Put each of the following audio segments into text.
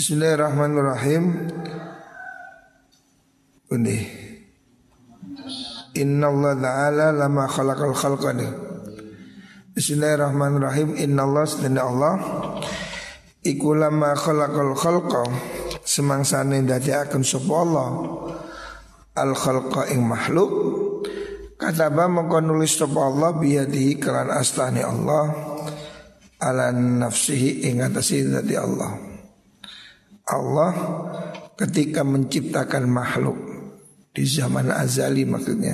Bismillahirrahmanirrahim. Ini Innallaha ta'ala lama khalaqal khalqa. Bismillahirrahmanirrahim. Innallaha sedene Allah iku lama khalaqal khalqa semangsane ndadekaken sapa Allah al khalqa ing makhluk kataba mongko nulis sapa Allah biyadihi kelan astane Allah ala nafsihi ing atase zati Allah. Allah ketika menciptakan makhluk di zaman azali maksudnya,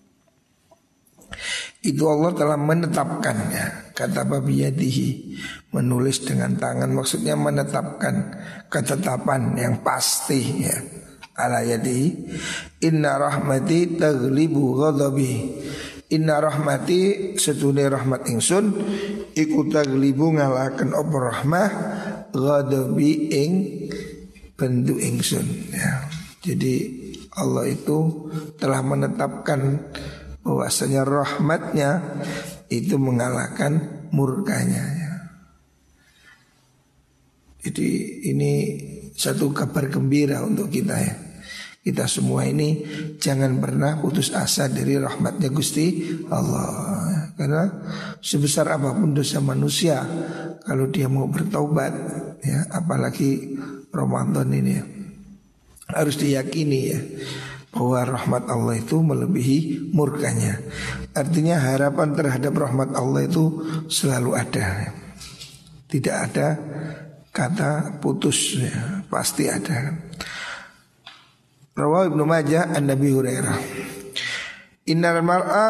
itu Allah telah menetapkannya. Kata babiyadihi, menulis dengan tangan, maksudnya menetapkan ketetapan yang pasti ya. Ala yadihi inna rahmati taglibu ghadabi. Inna rahmati setune rahmat ingsun iku taglibu ngalaken apa rahmah ghadabi ing bentuk ingsun ya. Jadi Allah itu telah menetapkan bahwasanya rahmatnya itu mengalahkan murkanya ya. Jadi ini satu kabar gembira untuk kita ya. Kita semua ini jangan pernah putus asa dari rahmatnya Gusti Allah. Karena sebesar apapun dosa manusia, kalau dia mau bertaubat ya, apalagi Ramadan ini ya, harus diyakini ya bahwa rahmat Allah itu melebihi murkanya. Artinya harapan terhadap rahmat Allah itu selalu ada. Tidak ada kata putus ya, pasti ada. Rawahu Ibnu Majah an Nabi Hurairah. Innal mar'a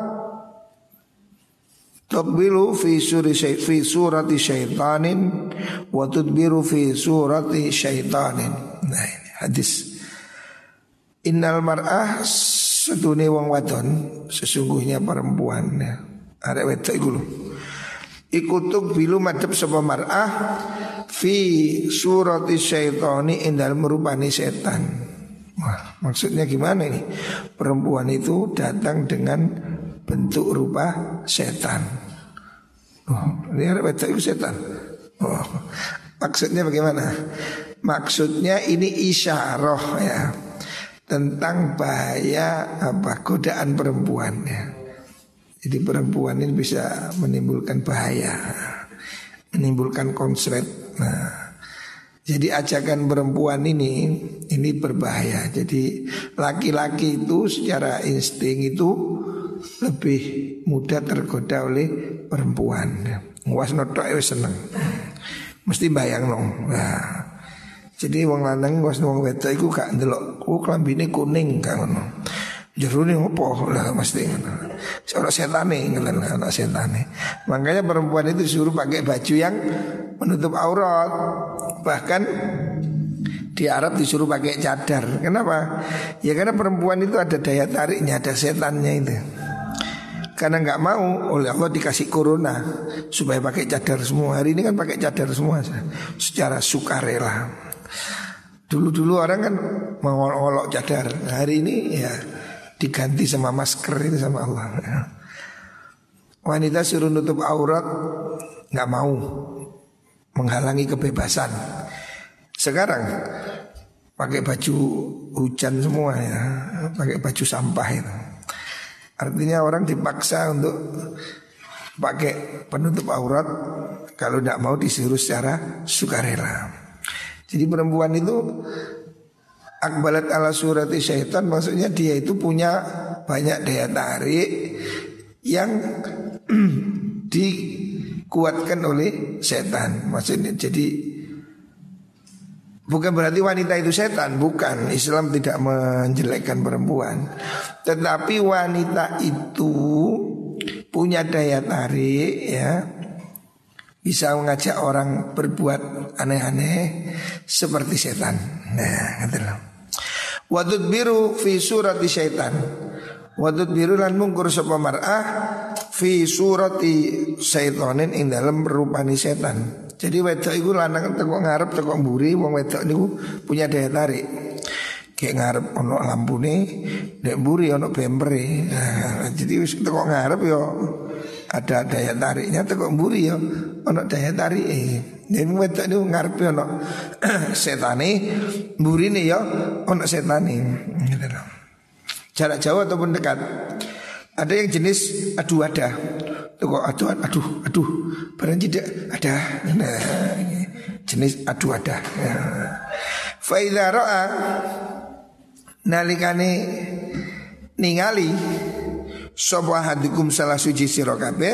taqbilu fi surati syaitanin wa tudbiru fi surati syaitanin. Nah ini hadis. Innal mar'ah sedune wong wadon, sesungguhnya perempuan ya. Arek wedok iku lho. Iku tuqbilu madhep sapa mar'ah fi surati syaitani indal merupani setan. Wah, maksudnya gimana ini? Perempuan itu datang dengan bentuk rupa setan. Oh, ini ada baca itu setan. Oh, maksudnya bagaimana? Maksudnya ini isyarah ya tentang bahaya godaan perempuan ya. Jadi perempuan ini bisa menimbulkan bahaya, menimbulkan konslet. Nah, jadi ajakan perempuan ini berbahaya. Jadi laki-laki itu secara insting itu lebih mudah tergoda oleh perempuan. Was notok wis seneng. Mesti bayang nong. Nah, jadi wong lanang was wong wedok iku gak ndelok klambine kuning gak ngono. Jerune opo lah mesti ngono. Ora setane ngelen ana setane. Makanya perempuan itu disuruh pakai baju yang menutup aurat. Bahkan di Arab disuruh pakai cadar. Kenapa? Ya karena perempuan itu ada daya tariknya, ada setannya itu. Karena nggak mau oleh Allah dikasih corona supaya pakai cadar semua. Hari ini kan pakai cadar semua secara sukarela. Dulu orang kan mau olok cadar. Hari ini ya diganti sama masker itu sama Allah. Wanita suruh nutup aurat nggak mau, menghalangi kebebasan. Sekarang pakai baju hujan semua ya, pakai baju sampah itu. Artinya orang dipaksa untuk pakai penutup aurat kalau tidak mau disuruh secara sukarela. Jadi perempuan itu akbalat ala surati syaitan, maksudnya dia itu punya banyak daya tarik yang dikuatkan oleh setan. Maksudnya jadi bukan berarti wanita itu setan, bukan. Islam tidak menjelekkan perempuan. Tetapi wanita itu punya daya tarik ya, bisa mengajak orang berbuat aneh-aneh seperti setan. Nah, ngatelah. Wadud biru fi surati syaitan. Wadud biru lan mungkur sapa mar'ah fi surati syaitanin ing dalem rupani setan. Jadi wedok iku lanang teko ngarep teko mburi, wong wedok niku punya daya tarik. Kayak ngarep ono lampune, nek mburi ono bempere. Nah, jadi wis teko ngarep yo ada daya tariknya kok mburi ya ono daya tarik yen wedok niku ngarepe ono setane mburine ya ono setane gitu. Jarak jauh ataupun dekat. Ada yang jenis adu-ada. Tuh kok aduh barang tidak ada. Nah, jenis adu-ada. Fa idza ra'a nalikane ningali sapa hadukum salah suci sira kabeh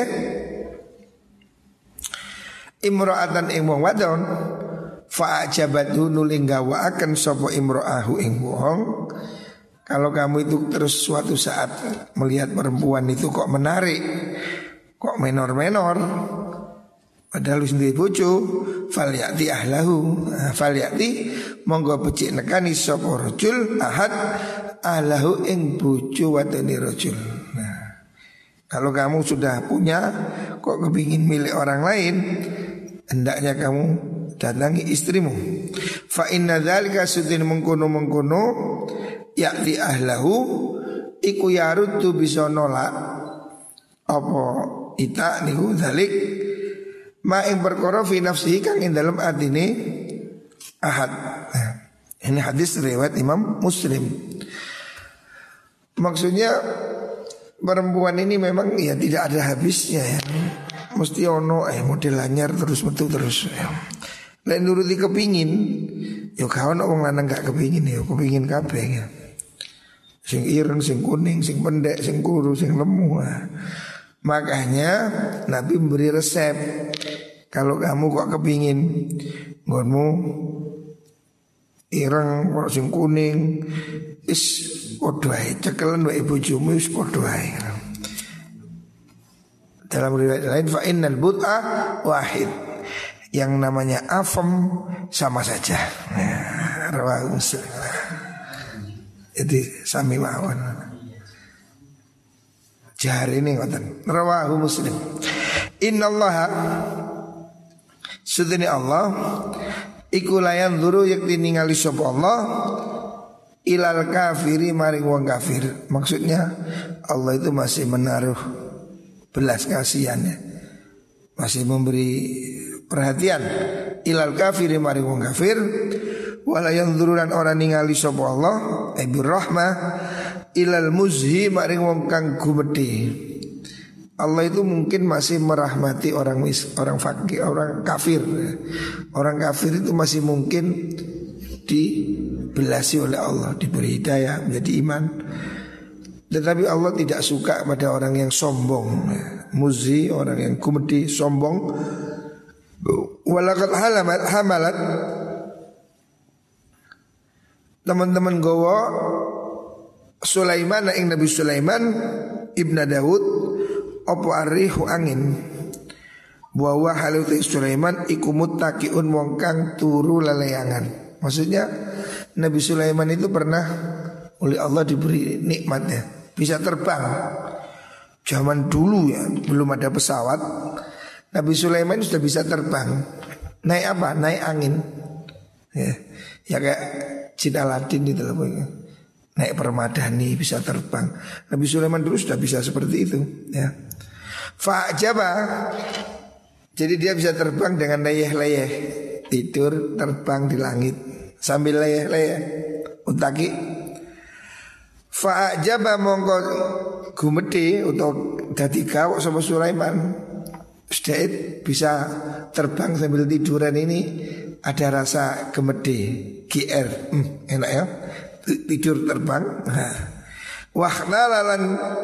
imra'atan ing wong wadon fa ajabathu nuling gawaaken sapa imra'ahu ing wong. Kalau kamu itu terus suatu saat melihat perempuan itu kok menarik, kok menor-menor, padahal sendiri bojo, falyati ahlahu, falyati monggo becik nekani sapa rajul ahad ahlahu ing bojo wadone rajul. Nah, kalau kamu sudah punya kok kepingin milik orang lain, hendaknya kamu datangi istrimu. Fa inna dzalika sudin mengkono yakti ahlahu iku yaruddu bisa nolak apa ita niku dzalik ma ing perkara fi nafsihi kang ing dalem atine ahad. Nah, ini hadis riwayat Imam Muslim. Maksudnya perempuan ini memang ya tidak ada habisnya ya. Mesti ono model anyar terus metu terus ya. Lek nuruti kepingin yo kawan wong lanang gak kepingin yo kepingin kabeh ya. Sing ireng, sing kuning, sing pendek, sing kuru, sing lemu. Makanya Nabi memberi resep. Kalau kamu kok kepingin nggonmu ireng, kok sing kuning, is padha ae cekelen wae bojomu wis padha ae. Dalam riwayat lain fa innal bud'a wahid. Yang namanya afam sama saja. Rawahu Muslim. Jadi sami mawon. Jahar ini ngoten. Rawahu Muslim. Innallaha sudene Allah iku layan duru yakti ningali sapa Allah ilal kafiri maring wong kafir. Maksudnya Allah itu masih menaruh belas kasihannya, masih memberi perhatian ilal kafiri maring wong kafir. Wala yanzurulan orang ningali sapa Allah ibur rahmah ilal muzhi maring wong kang gumedhe. Allah itu mungkin masih merahmati orang fakir, orang kafir. Orang kafir itu masih mungkin dibelasi oleh Allah, diberi hidayah menjadi iman. Tetapi Allah tidak suka pada orang yang sombong. Muzhi orang yang gumedhe, sombong. Walaqad hamalat teman-teman gowo Sulaiman ing Nabi Sulaiman ibnu Daud apa arihu angin bahwa haluti Sulaiman iku muttaqiun wong kang turu leleyangan. Maksudnya Nabi Sulaiman itu pernah oleh Allah diberi nikmatnya bisa terbang. Zaman dulu ya belum ada pesawat, Nabi Sulaiman sudah bisa terbang. Naik apa? Naik angin. Ya kayak Jin Aladin itu loh, naik permadani bisa terbang. Nabi Sulaiman dulu sudah bisa seperti itu ya. Fa'jaba, jadi dia bisa terbang dengan leyeh-leyeh, tidur terbang di langit sambil leyeh-leyeh utaki. Fa'jaba mongko gumedhe utawa dadi gawok sama Sulaiman. Sudah bisa terbang sambil tiduran ini ada rasa gemede, GR, enak ya, tidur terbang. Wahlalalan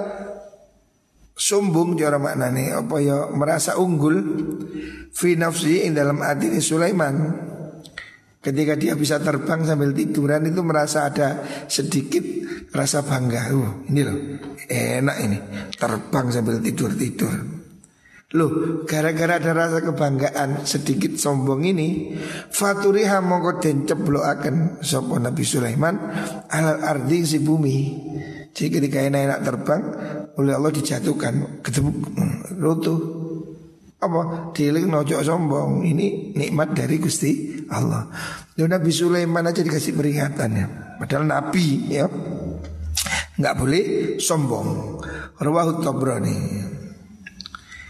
sombong cara maknane apa ya merasa unggul fi nafsi ing dalam hati Sulaiman. Ketika dia bisa terbang sambil tiduran itu merasa ada sedikit rasa bangga. Ini loh, enak ini terbang sambil tidur-tidur. Loh, gara-gara ada rasa kebanggaan sedikit sombong ini, faturiha mongko den ceblokaken sapa Nabi Sulaiman alal ardi si bumi. Jadi ketika enak terbang oleh Allah dijatuhkan ketemu runtuh. Apa? Dieling nojok sombong. Ini nikmat dari Gusti Allah. Dan Nabi Sulaiman aja dikasih peringatan ya. Padahal Nabi ya nggak boleh sombong. Rawahu Tabrani.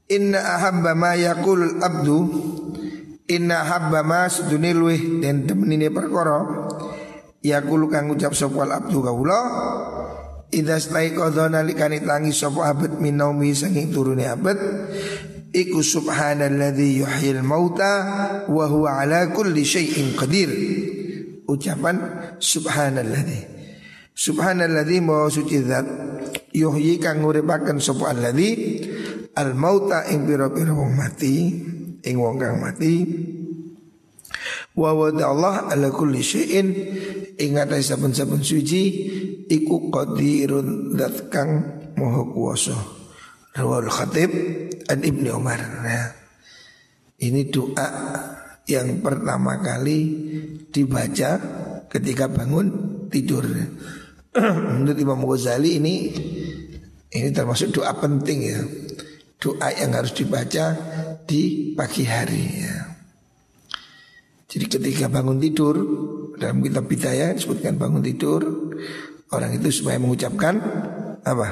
Inna ahabba ma yaqulul abdu, inna ahabba ma sedune luweh den temenine perkara yaqulu kang ngucap sapa abdu kawula idza staiqadha nalikane tangi sapa abad minaumi saking turune abad iku subhanalladzi yuhyil mauta wa huwa ala kulli syai'in qadir. Ucapan subhanalladzi maha suci zat yuhyi kang nguripaken sapa alladzi al mauta ing pira-pira wong mati, ing wong kang mati. Wa Allah ala kulli syai'in ing atase saben-saben suci iku qadirun zat kang maha kuwasa. Rawal Khatib an Ibnu Umar. Nah, ini doa yang pertama kali dibaca ketika bangun tidur. Menurut Imam Ghazali ini termasuk doa penting ya. Doa yang harus dibaca di pagi hari ya. Jadi ketika bangun tidur, dalam kitab Bidayah disebutkan bangun tidur, orang itu supaya mengucapkan apa?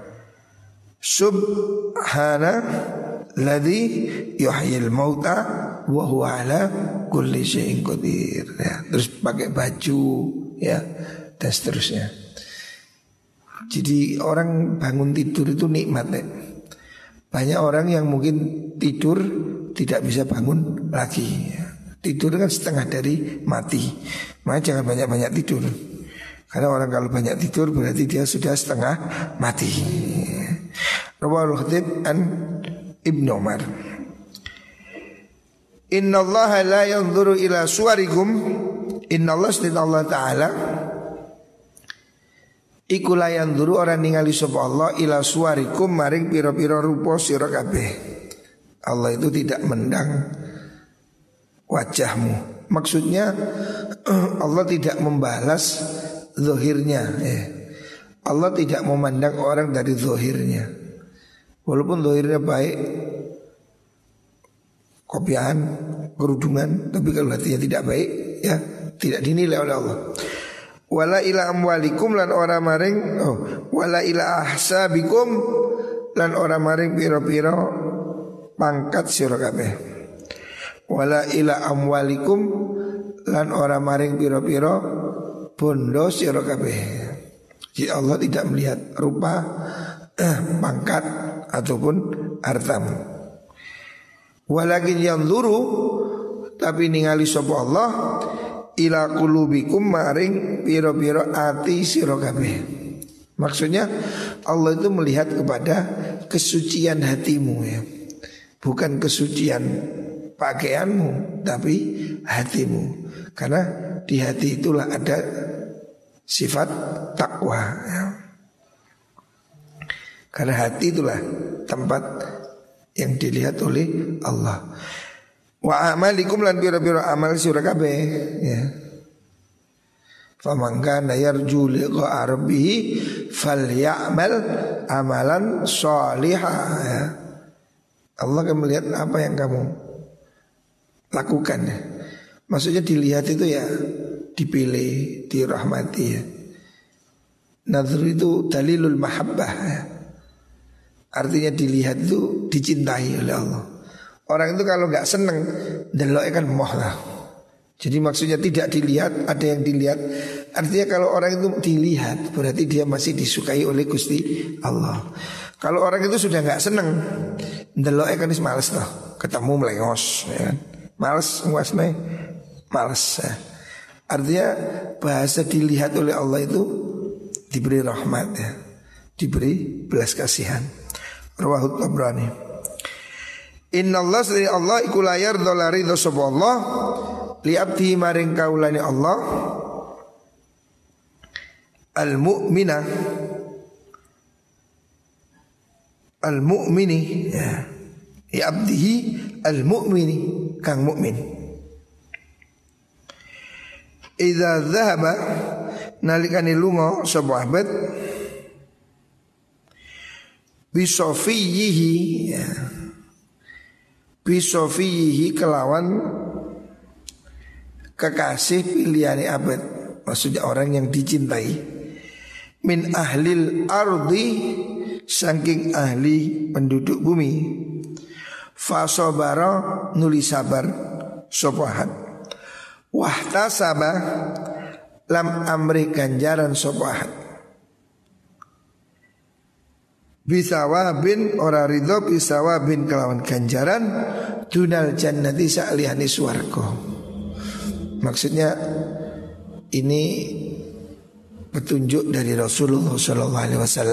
Subhanalladzi yuhyil mauta wa huwa ala kulli syai'in qadir ya. Terus pakai baju ya dan seterusnya. Jadi orang bangun tidur itu nikmat ya. Banyak orang yang mungkin tidur tidak bisa bangun lagi ya. Tidur kan setengah dari mati. Makanya jangan banyak-banyak tidur. Karena orang kalau banyak tidur berarti dia sudah setengah mati. Rawal Khatib an Ibnu Umar. Inna Allah la yanzuru ila suwarikum. Inna Allah sedih Allah Ta'ala iku la yanzuru orang ningali sapa Allah ila suwarikum maring pira-pira rupa sira kabeh. Allah itu tidak mendang wajahmu. Maksudnya Allah tidak membalas zahirnya Allah tidak memandang orang dari zahirnya. Walaupun zahirnya baik, kopiahan, kerudungan, tapi kalau hatinya tidak baik ya tidak dinilai oleh Allah. Wala ila amwalikum lan ora maring wala ila ahsabikum lan ora maring pira-pira pangkat sira kabeh. Wala ila amwalikum lan ora maring pira-pira bondo sira kabeh. Jadi Allah tidak melihat rupa, pangkat ataupun hartamu. Walakin yanzuru tapi ningali sapa Allah ila qulubikum maring pira-pira ati sira kabeh. Maksudnya Allah itu melihat kepada kesucian hatimu ya. Bukan kesucian pakaianmu tapi hatimu. Karena di hati itulah ada sifat takwa ya. Karena hati itulah tempat yang dilihat oleh Allah. Wa amalikum lan pira-pira amal sira kabeh ya. Faman kana yarju liqa rabbih falyamal amalan shalihan ya. Allah akan melihat apa yang kamu lakukan ya. Maksudnya dilihat itu ya dipilih, dirahmati ya. Nazar itu dalilul mahabbah ya. Artinya dilihat itu dicintai oleh Allah. Orang itu kalau nggak seneng delok kan moh lah. Jadi maksudnya tidak dilihat, ada yang dilihat. Artinya kalau orang itu dilihat berarti dia masih disukai oleh Gusti Allah. Kalau orang itu sudah nggak seneng delok kan males lah. Ketemu melengos ya kan. Males nguasne, males ya. Artinya bahasa dilihat oleh Allah itu diberi rahmat ya. Diberi belas kasihan. Rawahut Tabrani. Inna Allah sendiri Allah iku layar dolari sapa Allah li abdi maring kaulane Allah al mu'mina al mu'mini ya abdihi al mu'mini kang mukmin. Idza dhahaba nalikane lunga sapa abad bisofiyihi ya. Bisofiyihi kelawan kekasih pilihannya abad. Maksudnya orang yang dicintai. Min ahlil ardi saking ahli penduduk bumi. Fasobara nuli sabar sapa ahad. Wahtasaba lam amri ganjaran sapa ahad. Bisawabin ora ridho bisawabin kelawan ganjaran dunal jannati sa'liyani swarga. Maksudnya ini petunjuk dari Rasulullah SAW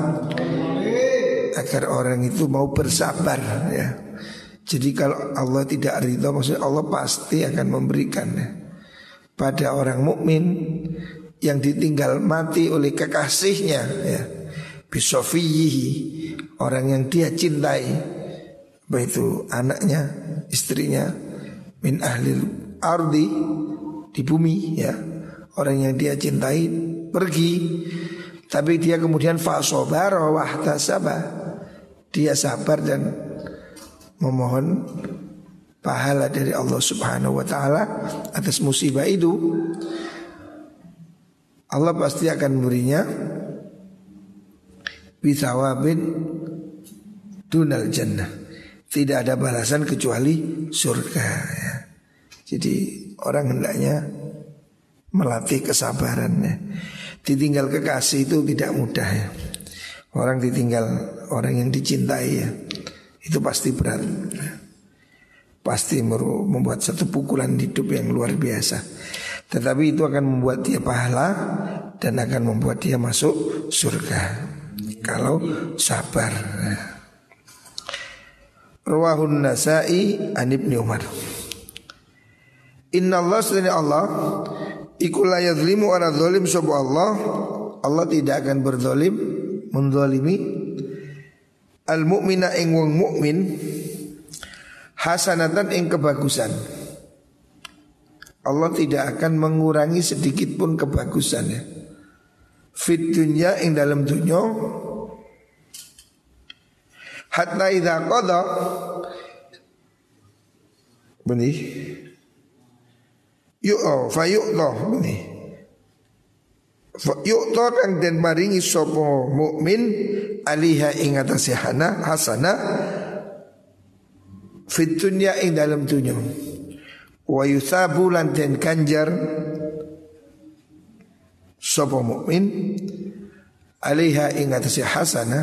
agar orang itu mau bersabar ya. Jadi kalau Allah tidak ridho, maksudnya Allah pasti akan memberikan ya, pada orang mukmin yang ditinggal mati oleh kekasihnya ya, bisofiyihi, orang yang dia cintai, baik itu anaknya, istrinya, min ahlil ardi, di bumi ya, orang yang dia cintai pergi, tapi dia kemudian fasobara wahtasaba, dia sabar dan memohon pahala dari Allah Subhanahu wa taala atas musibah itu. Allah pasti akan memberinya bisawabin dunal jannah. Tidak ada balasan kecuali surga ya. Jadi orang hendaknya melatih kesabarannya. Ditinggal kekasih itu tidak mudah ya. Orang ditinggal orang yang dicintai ya, itu pasti berat. Pasti membuat satu pukulan hidup yang luar biasa. Tetapi itu akan membuat dia pahala dan akan membuat dia masuk surga kalau sabar. Rawahun Nasa'i an Ibnu Umar. Inna Allah sesungguhnya Allah iku la yadzlimu ana zalim sapa Allah. Allah tidak akan berzalim, menzalimi al mukmina ing wong mukmin hasanatan ing kebagusan. Allah tidak akan mengurangi sedikit pun kebagusannya. Fit dunya ing dalam dunya hatta idza qada benih fayu'ta benih fayu'ta kang den maringi sapa mukmin aliha ing atase hasanah fit dunya ing dalam dunya wa yusabu lan den ganjar sapa mukmin alaiha ing atase hasanah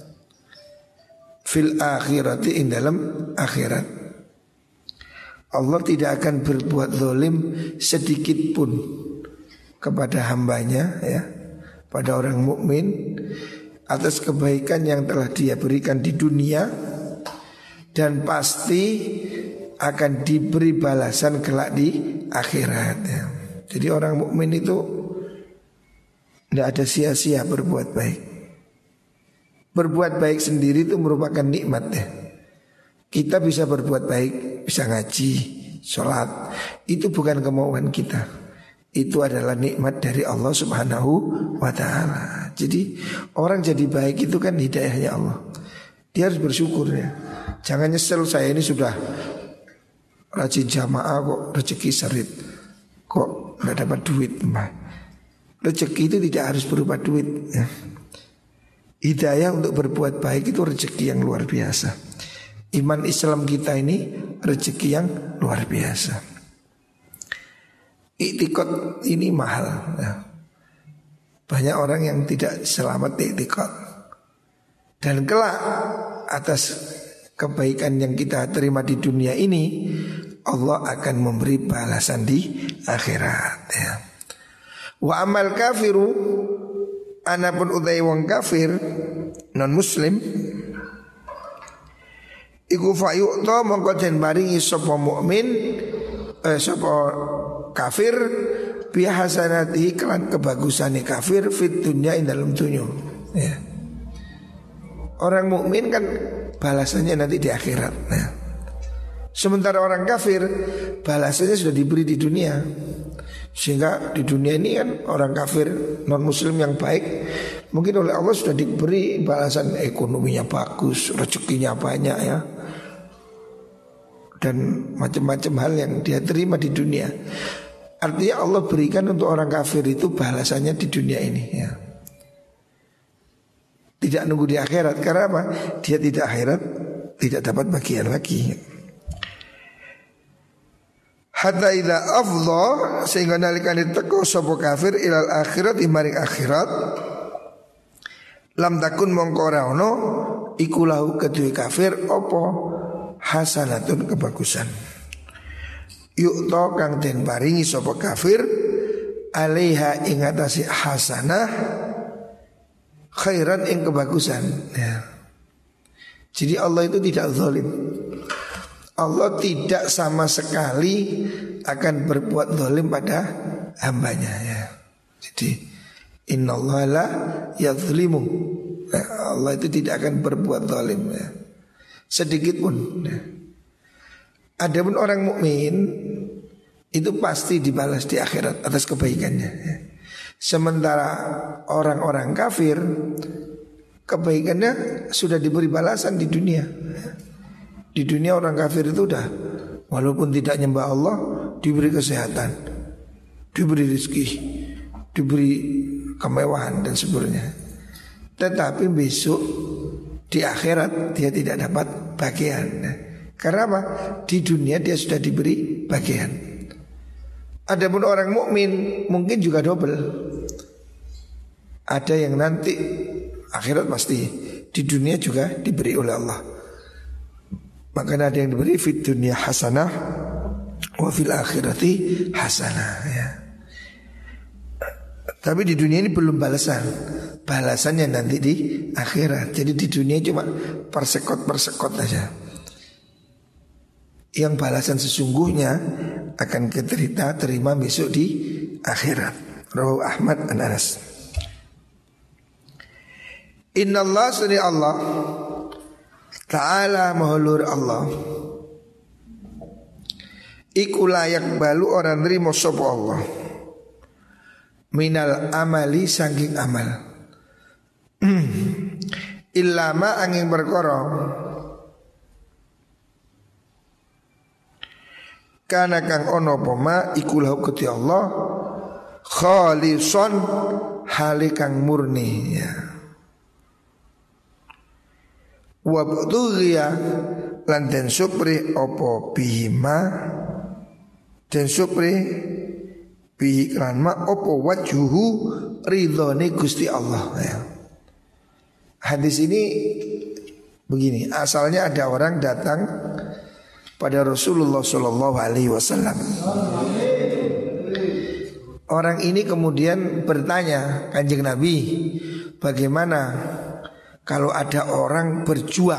fil akhirati ing dalam akhirat. Allah tidak akan berbuat zalim sedikit pun kepada hambanya ya, pada orang mukmin atas kebaikan yang telah dia berikan di dunia, dan pasti akan diberi balasan kelak di akhirat ya. Jadi orang mukmin itu tidak ada sia-sia berbuat baik. Berbuat baik sendiri itu merupakan nikmat ya. Kita bisa berbuat baik, bisa ngaji, sholat, itu bukan kemauan kita. Itu adalah nikmat dari Allah Subhanahu wa ta'ala. Jadi orang jadi baik itu kan hidayahnya Allah. Dia harus bersyukur ya. Jangan nyesel, saya ini sudah rajin jamaah kok rezeki sarit, kok nggak dapat duit. Rezeki itu tidak harus berupa duit ya. Hidayah untuk berbuat baik itu rezeki yang luar biasa. Iman Islam kita ini rezeki yang luar biasa. Iktikad ini mahal ya. Banyak orang yang tidak selamat iktikad. Dan kelak atas kebaikan yang kita terima di dunia ini, Allah akan memberi balasan di akhirat ya. Wa amal kafiru, anapun utai wong kafir non muslim iku fayu'ta mongko den paringi sapa mukmin sapa kafir bi hasanatihi kelan kebagusane kafir fit dunya ing dalam dunya ya. Orang mukmin kan balasannya nanti di akhirat nah. Sementara orang kafir balasannya sudah diberi di dunia. Sehingga di dunia ini kan orang kafir non muslim yang baik mungkin oleh Allah sudah diberi balasan ekonominya bagus, rezekinya banyak ya, dan macam-macam hal yang dia terima di dunia. Artinya Allah berikan untuk orang kafir itu balasannya di dunia ini ya. Tidak nunggu di akhirat. Karena apa? Dia tidak akhirat, tidak dapat bagian lagi. Hatta idza afdha, sehingga nalikane teko sapa kafir ilal akhirat maring akhirat, lam takun mongko ora ono iku lahu kedue kafir apa hasanatun kebagusan. Yukta kang den paringi sapa kafir alaiha ing atase hasanah khairan ing kebagusan ya. Jadi Allah itu tidak zalim. Allah tidak sama sekali akan berbuat zalim pada hambanya ya. Jadi innallaha la yazlimu. Allah itu tidak akan berbuat zalim ya, sedikit pun ya. Adapun orang mukmin itu pasti dibalas di akhirat atas kebaikannya ya. Sementara orang-orang kafir kebaikannya sudah diberi balasan di dunia ya. Di dunia orang kafir itu udah walaupun tidak nyembah Allah diberi kesehatan, diberi rezeki, diberi kemewahan dan sebagainya. Tetapi besok di akhirat dia tidak dapat bagian. Karena apa? Di dunia dia sudah diberi bagian. Adapun orang mukmin mungkin juga double. Ada yang nanti akhirat pasti, di dunia juga diberi oleh Allah. Makanya ada yang diberi fit dunia hasanah wa fil akhirati hasanah ya. Tapi di dunia ini belum balasan. Balasannya nanti di akhirat. Jadi di dunia cuma persekot aja. Yang balasan sesungguhnya akan kita terima besok di akhirat. Rawahu Ahmad an Anas. Innallah suri Allah Ta'ala mahulur Allah iku layak balu orang nerima sapa Allah minal amali saking amal illama angin perkara kana kang ono poma iku lahu keti Allah khalison halikang murni ya. Wabtughya lan den supri opo bihima den supri bihi klanma opo wajhuhu ridhone Gusti Allah ya. Hadis ini begini, asalnya ada orang datang pada Rasulullah Shallallahu Alaihi Wasallam. Orang ini kemudian bertanya Kanjeng Nabi, bagaimana kalau ada orang berjuang,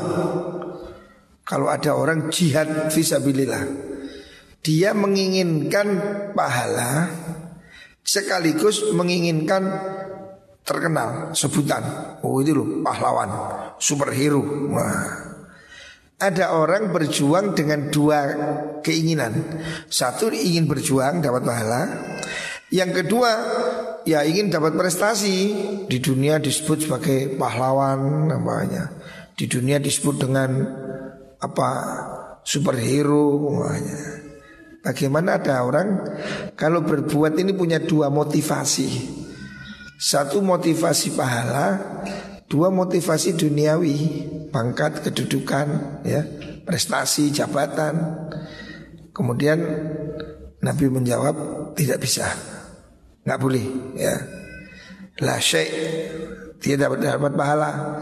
kalau ada orang jihad fisabilillah, dia menginginkan pahala sekaligus menginginkan terkenal sebutan. Oh itu loh pahlawan, superhero. Wah. Ada orang berjuang dengan dua keinginan. Satu ingin berjuang dapat pahala. Yang kedua ya ingin dapat prestasi. Di dunia disebut sebagai pahlawan namanya. Di dunia disebut dengan apa superhero namanya. Bagaimana ada orang kalau berbuat ini punya dua motivasi. Satu motivasi pahala, dua motivasi duniawi, pangkat, kedudukan, ya, prestasi, jabatan. Kemudian Nabi menjawab tidak bisa, nggak boleh, ya. La syai', dia dapat pahala.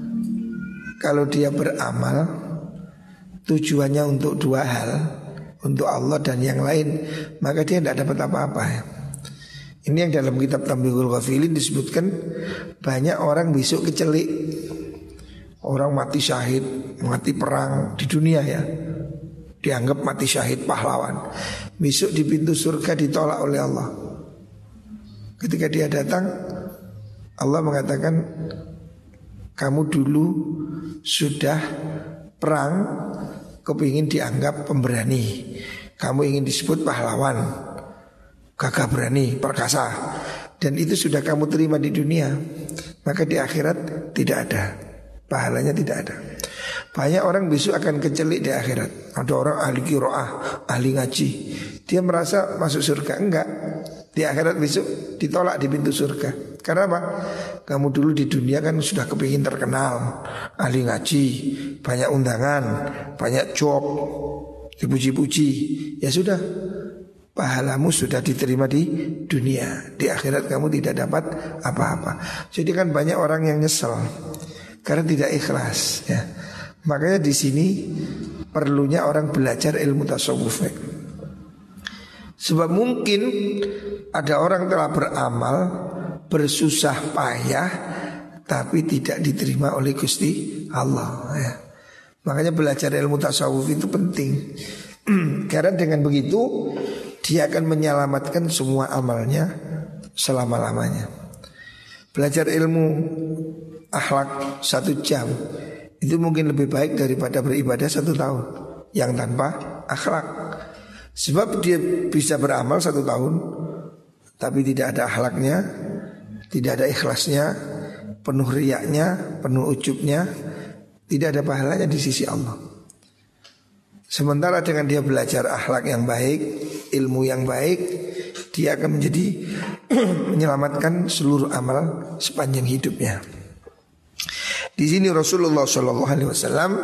Kalau dia beramal, tujuannya untuk dua hal, untuk Allah dan yang lain, maka dia tidak dapat apa-apa. Ini yang dalam kitab Tambihul Ghafilin disebutkan banyak orang besok kecelik. Orang mati syahid, mati perang di dunia ya, dianggap mati syahid pahlawan. Besok di pintu surga ditolak oleh Allah. Ketika dia datang, Allah mengatakan, kamu dulu sudah perang, kepingin dianggap pemberani, kamu ingin disebut pahlawan, gagah berani, perkasa, dan itu sudah kamu terima di dunia, maka di akhirat tidak ada, pahalanya tidak ada. Banyak orang besok akan kecelik di akhirat. Ada orang ahli qiraah, ahli ngaji, dia merasa masuk surga, enggak. Di akhirat besok ditolak di pintu surga. Karena apa? Kamu dulu di dunia kan sudah kepingin terkenal, ahli ngaji, banyak undangan, banyak job, dipuji-puji. Ya sudah, pahalamu sudah diterima di dunia. Di akhirat kamu tidak dapat apa-apa. Jadi kan banyak orang yang nyesel karena tidak ikhlas ya. Makanya di sini perlunya orang belajar ilmu tasawuf. Sebab mungkin ada orang telah beramal, bersusah payah, tapi tidak diterima oleh Gusti Allah ya. Makanya belajar ilmu tasawuf itu penting. Karena dengan begitu dia akan menyelamatkan semua amalnya selama-lamanya. Belajar ilmu akhlak 1 jam itu mungkin lebih baik daripada beribadah 1 tahun yang tanpa akhlak. Sebab dia bisa beramal 1 tahun tapi tidak ada akhlaknya, tidak ada ikhlasnya, penuh riyaknya, penuh ujubnya, tidak ada pahalanya di sisi Allah. Sementara dengan dia belajar akhlak yang baik, ilmu yang baik, dia akan menjadi menyelamatkan seluruh amal sepanjang hidupnya. Di sini Rasulullah SAW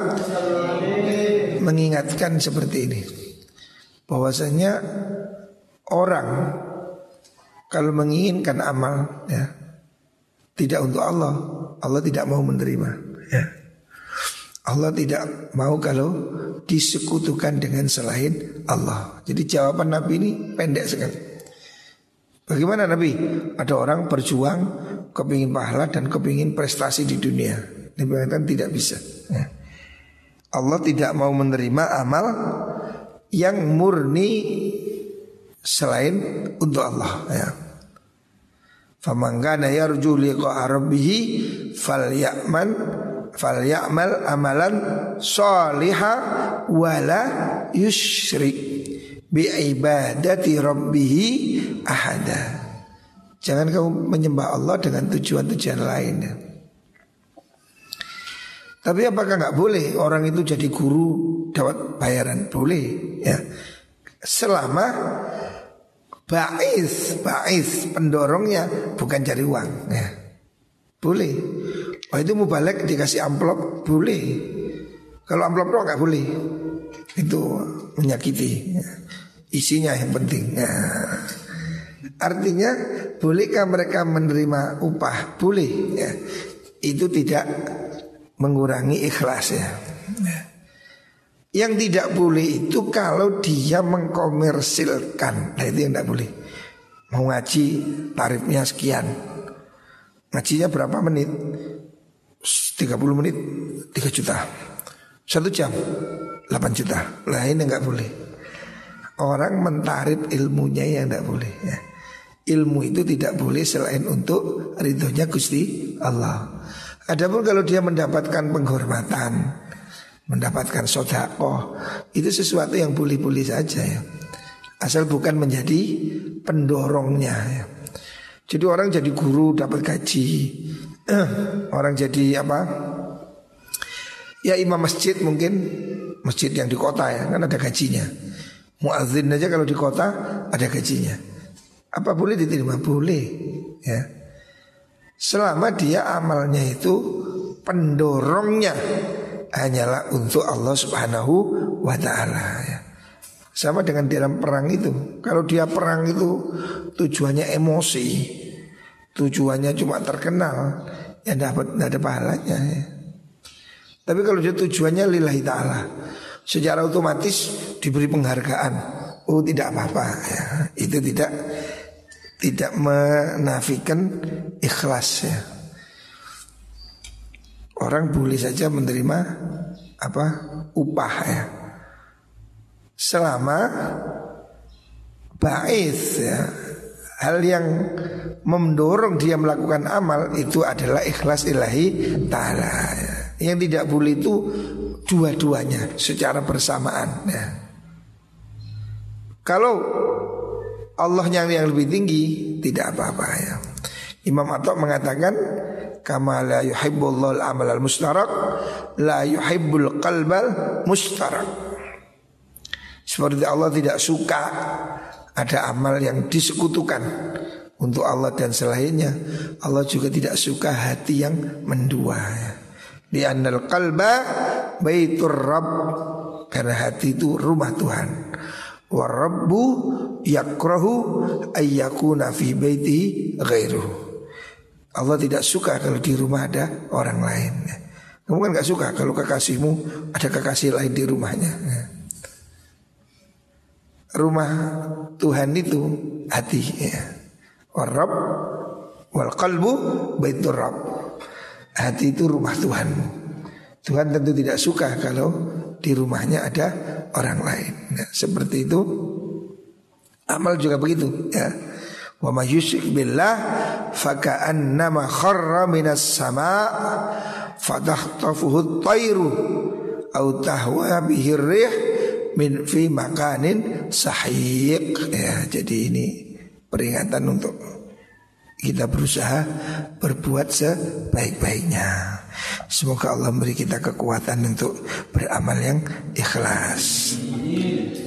mengingatkan seperti ini, bahwasanya orang kalau menginginkan amal ya, tidak untuk Allah, Allah tidak mau menerima ya. Allah tidak mau kalau disekutukan dengan selain Allah. Jadi jawaban Nabi ini pendek sekali. Bagaimana Nabi? Ada orang berjuang, kepingin pahala dan kepingin prestasi di dunia. Nabi mengatakan tidak bisa ya. Allah tidak mau menerima amal yang murni selain untuk Allah ya. Faman kana yarju liqa'a rabbih falyamal amalan shaliha wala yusyrik bi ibadati rabbih ahada. Jangan kamu menyembah Allah dengan tujuan-tujuan lain ya. Tapi apakah enggak boleh orang itu jadi guru dapat bayaran? Boleh ya. Selama ba'is pendorongnya bukan cari uang ya. Boleh. Oh itu mubalek dikasih amplop boleh. Kalau amplop roh gak boleh. Itu menyakiti ya. Isinya yang penting ya. Artinya bolehkah mereka menerima upah? Boleh ya. Itu tidak mengurangi ikhlas ya. Yang tidak boleh itu kalau dia mengkomersilkan. Nah itu yang tidak boleh. Mau ngaji tarifnya sekian, ngajinya berapa menit? 30 menit 3 juta, 1 jam 8 juta. Lah ini enggak boleh. Orang mentarif ilmunya yang enggak boleh ya. Ilmu itu tidak boleh selain untuk ridhonya Gusti Allah. Adapun kalau dia mendapatkan penghormatan, mendapatkan sedekah, itu sesuatu yang boleh-boleh saja ya. Asal bukan menjadi pendorongnya ya. Jadi orang jadi guru dapat gaji, orang jadi apa? Ya imam masjid mungkin, masjid yang di kota ya, kan ada gajinya. Muadzin aja kalau di kota ada gajinya. Apa boleh diterima? Boleh ya. Selama dia amalnya itu pendorongnya hanyalah untuk Allah Subhanahu wa ta'ala ya. Sama dengan dalam perang itu. Kalau dia perang itu tujuannya emosi, tujuannya cuma terkenal, ya tidak ada pahalanya ya. Tapi kalau dia tujuannya lillahi ta'ala, secara otomatis diberi penghargaan. Oh tidak apa-apa ya. Itu tidak menafikan ikhlas ya. Orang boleh saja menerima apa? Upah ya. Selama ba'is ya. Hal yang mendorong dia melakukan amal itu adalah ikhlas ilahi ta'ala ya. Yang tidak boleh itu dua-duanya secara bersamaan ya. Kalau Allah yang lebih tinggi tidak apa-apa ya. Imam Atta mengatakan kama la yuhibbullahu al-amal al-mustarak la yuhibbul qalbal mustarak. Seperti Allah tidak suka ada amal yang disekutukan. untuk Allah dan selainnya. Allah juga tidak suka hati yang mendua. Di annal qalba baitur rabb, karena hati itu rumah Tuhan. Wa rabbu yakrahu ayyakuna fi baiti ghairuhu. Allah tidak suka kalau di rumah ada orang lain. Kamu kan gak suka kalau kekasihmu ada kekasih lain di rumahnya. Rumah Tuhan itu hati ya. War-rabb wal qalbu baitur rabb. Hati itu rumah Tuhanmu. Tuhan tentu tidak suka kalau di rumahnya ada orang lain. Nah, seperti itu amal juga begitu ya. Wa may yusyrik billah faka'annama kharra minas sama' fatahtafuhu at-tayru aw tahwa bihi ar-rih min fi makanin sahiq ya. Jadi ini peringatan untuk kita berusaha berbuat sebaik-baiknya. Semoga Allah memberi kita kekuatan untuk beramal yang ikhlas.